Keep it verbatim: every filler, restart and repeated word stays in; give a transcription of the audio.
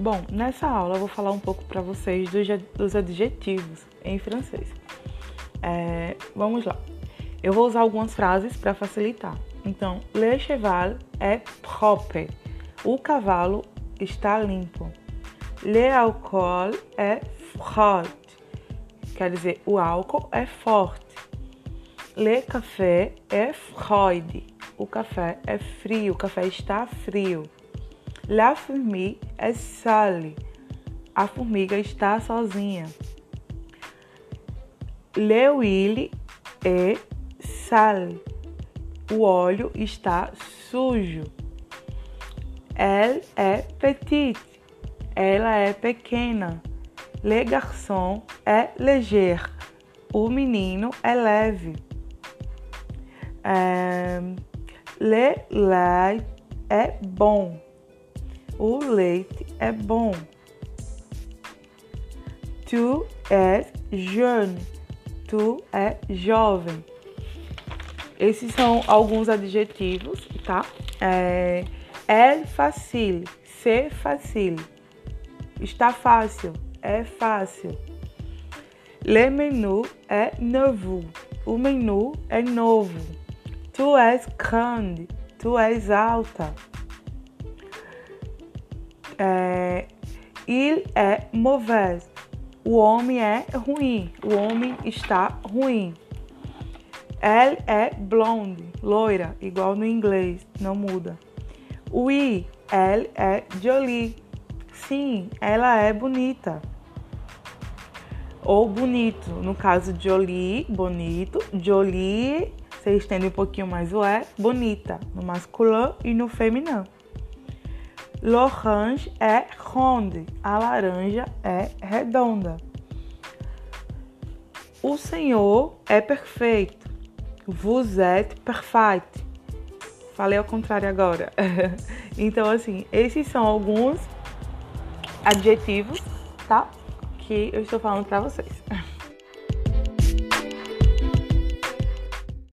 Bom, nessa aula eu vou falar um pouco para vocês dos, dos adjetivos em francês. É, vamos lá. Eu vou usar algumas frases para facilitar. Então, le cheval est propre. O cavalo está limpo. Le alcool est fort. Quer dizer, o álcool é forte. Le café est froid. O café é frio, o café está frio. La fourmi est seule. A formiga está sozinha. L'huile est sale. O óleo está sujo. Elle est petite. Ela é pequena. Le garçon est léger. O menino é leve. É, le lait é bom. O leite é bom. Tu es jeune. Tu é jovem. Esses são alguns adjetivos, tá? É, é facile. C'est facile. Está fácil. É fácil. Le menu é nouveau. O menu é novo. Tu és grande. Tu és alta. É, il est mauvais. O homem é ruim. O homem está ruim. Elle est blonde. Loira, igual no inglês, não muda. Oui, elle est jolie. Sim, ela é bonita. Ou bonito. No caso, jolie, bonito. Jolie, você estende um pouquinho mais o é, bonita. No masculino e no feminino. L'orange é ronde. A laranja é redonda. O senhor é perfeito. Vous êtes parfait. Falei ao contrário agora. Então, assim, esses são alguns adjetivos, tá? Que eu estou falando para vocês.